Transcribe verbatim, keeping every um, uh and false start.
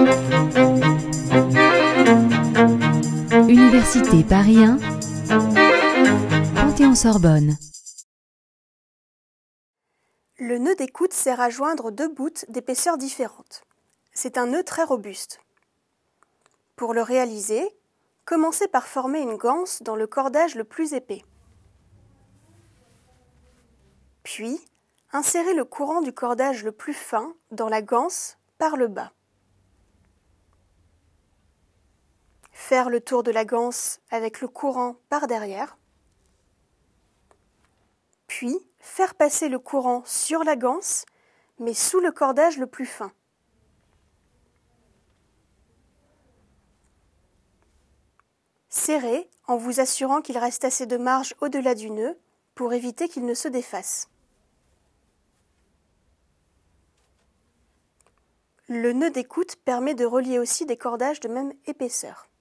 Université Paris un, Panthéon-Sorbonne. Le nœud d'écoute sert à joindre deux bouts d'épaisseur différente. C'est un nœud très robuste. Pour le réaliser, commencez par former une ganse dans le cordage le plus épais. Puis, insérez le courant du cordage le plus fin dans la ganse par le bas. Faire le tour de la ganse avec le courant par derrière. Puis, faire passer le courant sur la ganse, mais sous le cordage le plus fin. Serrez en vous assurant qu'il reste assez de marge au-delà du nœud pour éviter qu'il ne se défasse. Le nœud d'écoute permet de relier aussi des cordages de même épaisseur.